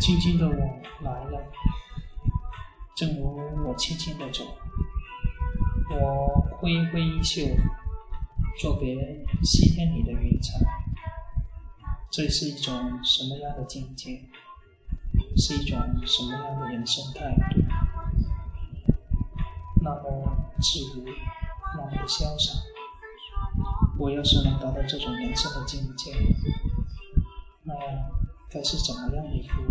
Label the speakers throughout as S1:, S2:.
S1: 轻轻的我来了，正如我轻轻的走。我挥挥衣袖，作别西天里的云彩。这是一种什么样的境界？是一种什么样的人生态度？那么自如，那么的潇洒。我要是能达到这种人生的境界，那样该是怎么样一副？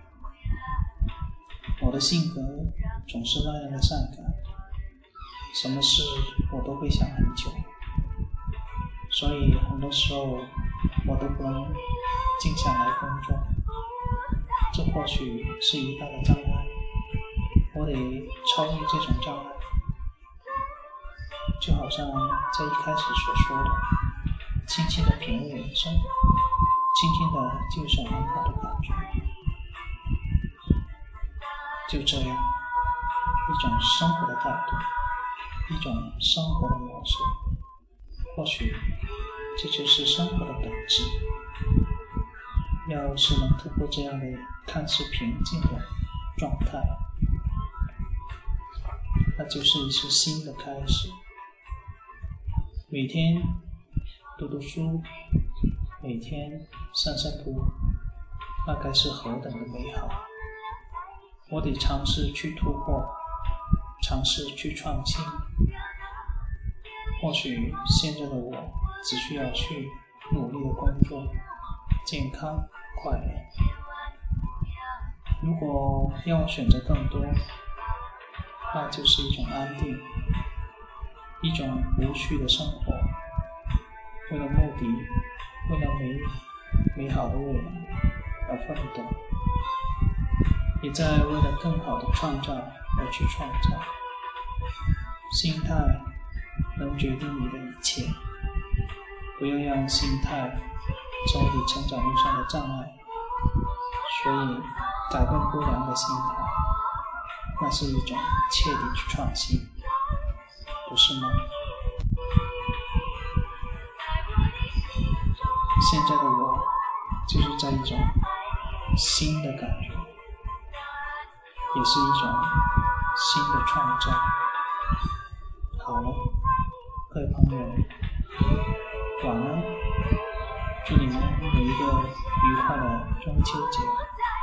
S1: 我的性格总是那样的善感，什么事我都会想很久，所以很多时候我都不能静下来工作。这或许是一大的障碍，我得超越这种障碍。就好像在一开始所说的，轻轻的品味人生，轻轻的就手很好的感觉。就这样，一种生活的态度，一种生活的模式，或许这就是生活的本质。要是能突破这样的看似平静的状态，那就是一次新的开始。每天读读书，每天散散步，那该是何等的美好。我得尝试去突破，尝试去创新。或许现在的我只需要去努力的工作，健康快乐。如果要我选择更多，那就是一种安定，一种无序的生活，为了目的，为了美好的未来而奋斗，也在为了更好的创造而去创造。心态能决定你的一切，不要让心态成为你成长路上的障碍。所以改变不良的心态，那是一种彻底去创新，不是吗？现在的我就是在一种新的感觉，也是一种新的创造。好了，各位朋友，晚安，祝你们有一个愉快的中秋节。